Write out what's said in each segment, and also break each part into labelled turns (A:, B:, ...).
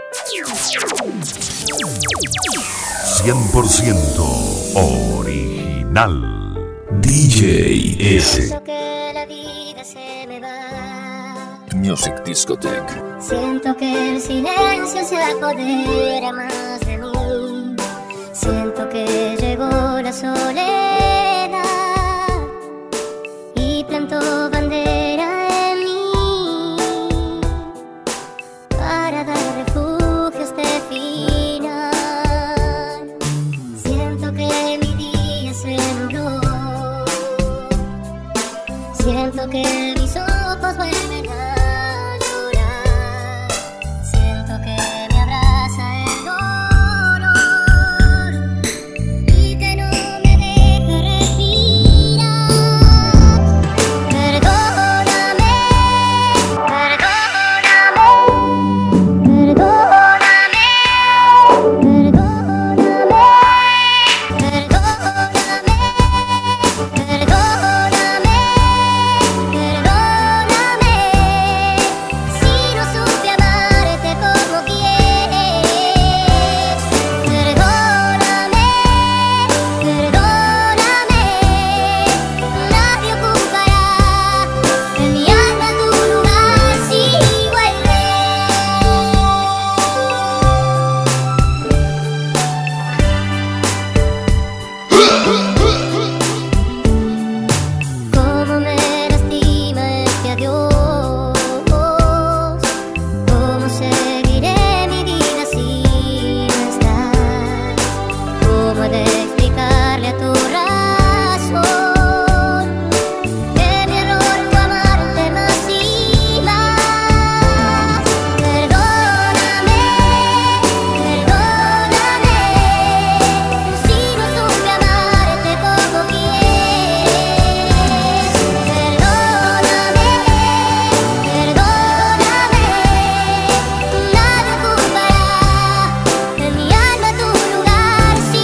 A: 100% original. DJ S.
B: Siento que la vida se me va.
C: Music Discotheque.
B: Siento que el silencio se apodera más de mí. Siento que llegó la soledad y plantó bandera en mí para dar refugio a este final. Siento que mi día se nubló. Siento que mis ojos vuelven a llorar. Siento que me abraza el dolor y que no me deja respirar. Perdóname, perdóname, perdóname, perdóname, perdóname, perdóname, si no supe amarte como quieres. Perdóname, perdóname, nadie ocupará en mi alma tu lugar si Cómo me lastima este adiós. Cómo seguiré mi vida si no estás. Cómo he de explicarle a tu razón que mi error fue amarte más y más. Perdóname, perdóname, si no supe amarte como quieres. Perdóname, perdóname, nadie ocupará en mi alma tu lugar si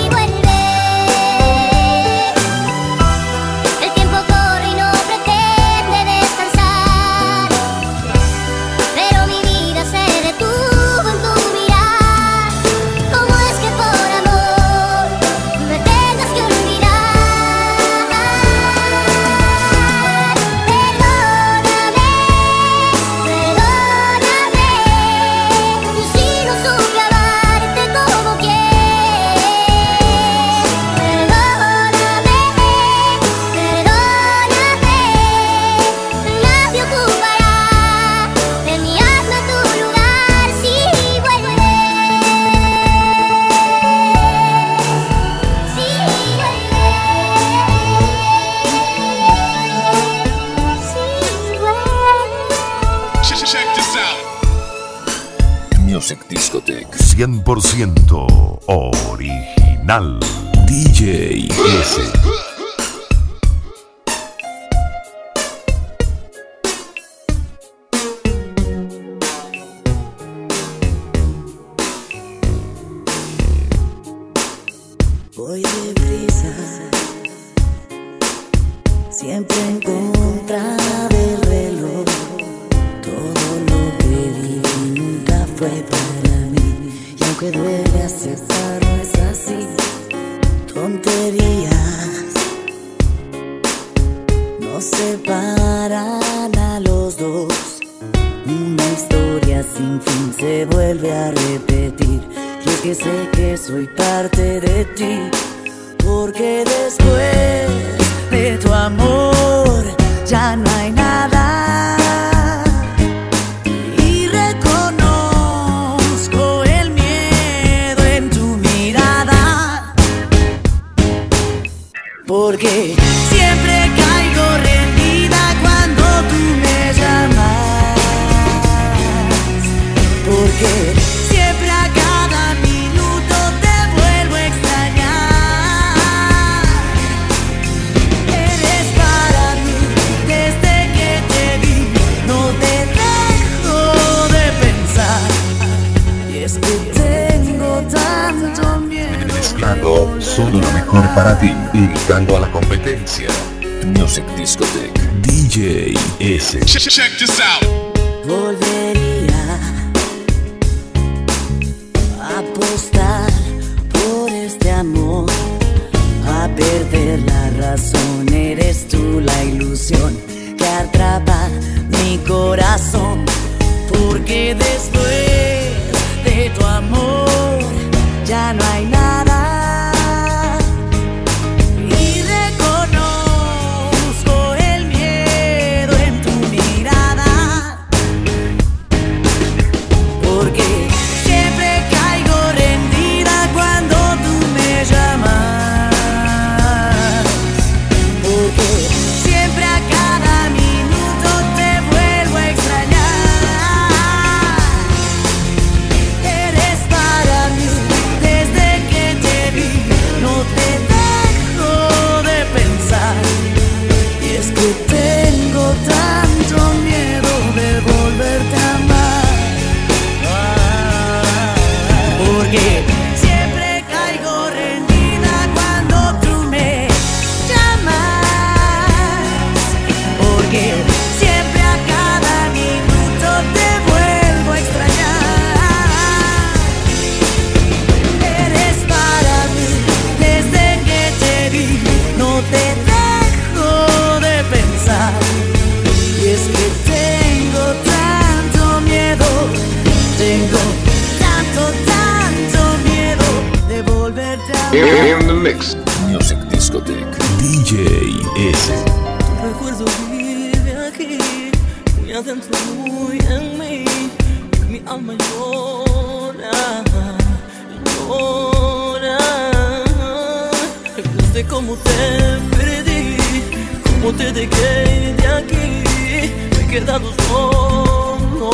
B: vuelves. El tiempo corre y no pretende descansar, pero mi vida se detuvo en tu mirar. ¿Cómo es que por amor me tengas que olvidar? Perdóname, perdóname, si no supe amarte como quieres. Perdóname, perdóname, nadie ocupará en mi alma tu lugar si vuelves. Si vuelves.
D: Check this out.
C: Music Discotheque.
A: 100% original. DJ S.
E: Voy deprisa, siempre en contra del reloj. Todo lo que di nunca fue para mí, y aunque duele aceptarlo es así. Tonterías nos separan a los dos. Una historia sin fin se vuelve a repetir. Y es que sé que soy parte de ti, porque después de tu amor ya no hay nada. Y reconozco el miedo en tu mirada, porque siempre caigo rendida cuando tú me llamas. Porque siempre a cada minuto te vuelvo a extrañar. Eres para mí desde que te vi, no te dejo de pensar. Y es que tengo tanto miedo.
C: Mezclando solo lo mejor para ti, invitando a la competencia. Music Discotheque.
A: DJ S.
D: Check this out.
E: Volvería que después de tu amor ya no hay nada. Y reconozco el miedo en tu mirada, porque siempre caigo rendida cuando tú me llamas, porque siempre a cada minuto te vuelvo a extrañar. Eres para mí desde que te vi, no te dejo de pensar. Y es que tengo tanto miedo de volverte a amar, porque siempre caigo rendida cuando tú me llamas, porque siempre a cada minuto te vuelvo a extrañar. Eres para mí desde que te vi, no te dejo de pensar. Y es que tengo tanto miedo, tengo tanto miedo de volverte a amar.
C: In the mix. Music Discotheque.
A: DJ S.
E: Tu recuerdo vive aquí, muy adentro, muy en mí. Mi alma llora, llora. No sé cómo te perdí, cómo te dejé de aquí. Me he quedado solo,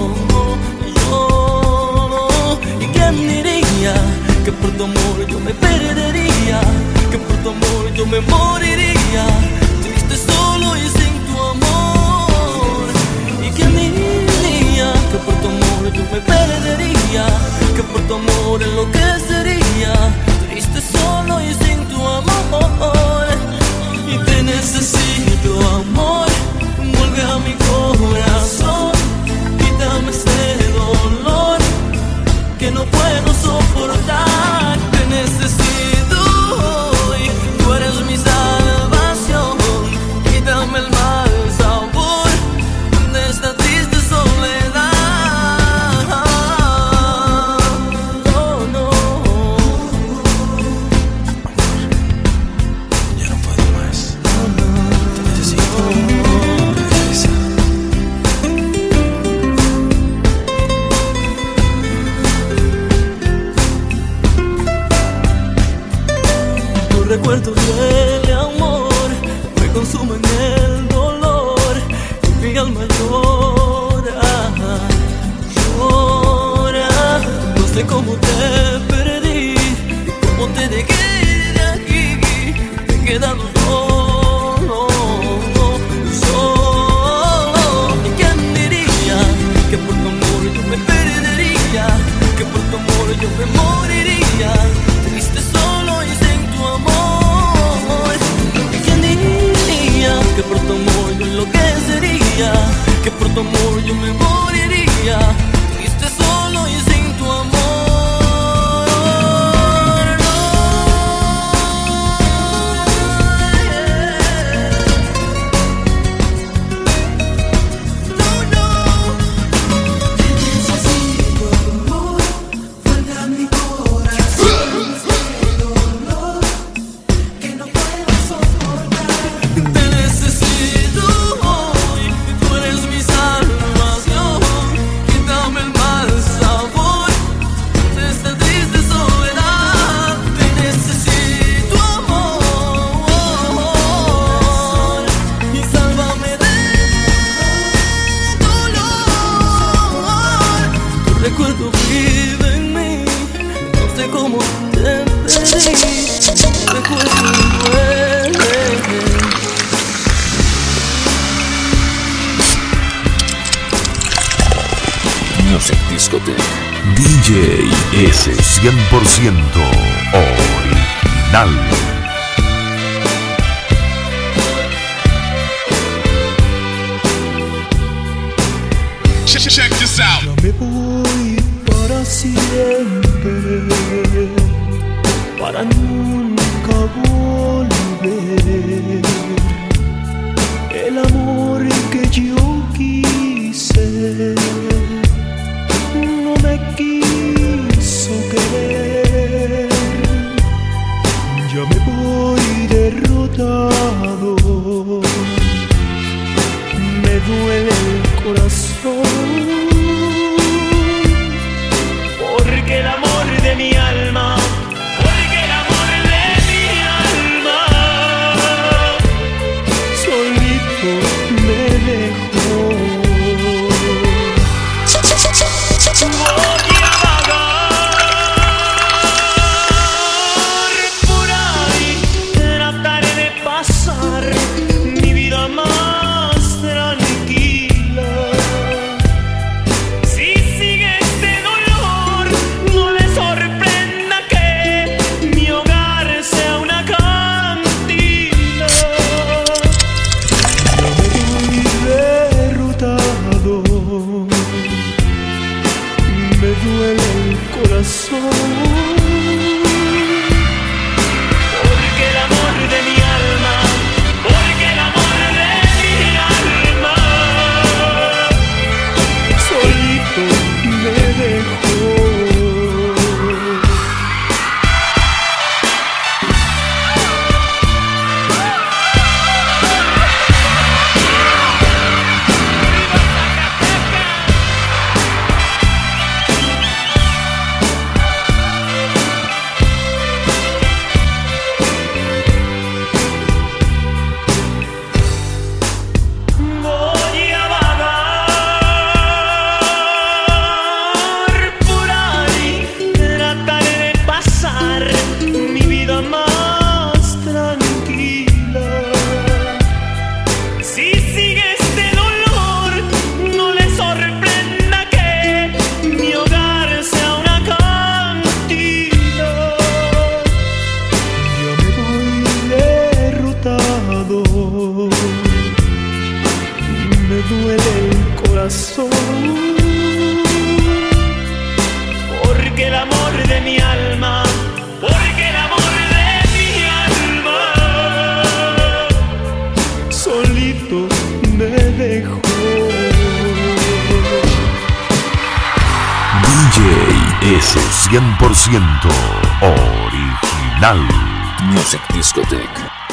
E: solo. ¿Y quién diría que por tu amor yo me perdería? Que por tu amor yo me moriría, triste solo y sin tu amor. ¿Y quién diría que por tu amor yo me perdería? Que por tu amor enloquecería, triste solo y sin tu amor. Y te necesito, amor, vuelve a mi corazón, quítame este dolor que no puedo soportar. Te necesito hoy, tú eres mi salvación. Quítame el mal sabor de esta triste soledad. No, no.
D: Ya no puedo más. Te necesito. Regresa.
E: Tu recuerdo duele, amor, me consume en el dolor. Y mi alma llora, llora. No sé cómo te perdí, cómo te dejé de aquí. Me he quedado solo, solo. ¿Y quién diría que por tu amor yo me perdería? Que por tu amor yo me moriría, triste solo y sin tu amor. ¿Y quién diría que por tu amor yo enloquecería? Que por tu amor yo me moriría, triste solo y sin tu amor. No, no, no. Te necesito, amor, vuelve a mi corazón. Este dolor que no puedo soportar. Te necesito hoy, tú eres mi salvación. Quítame el mal sabor de esta triste soledad. Te necesito, amor, y sálvame del dolor. Tu recuerdo vive en mí, no sé cómo te perdí. Tu recuerdo duele.
C: Music Discotheque.
A: DJ S. 100% original.
F: Check this out.
G: Ya me voy para siempre, para nunca volver. El amor que yo quise me duele el corazón. Porque el amor de mi alma, porque el amor de mi alma, solito me dejó. Me duele el corazón, porque el amor de mi alma, porque el amor de mi alma, solito me dejó.
A: DJ S 100% original.
C: Music Discotheque.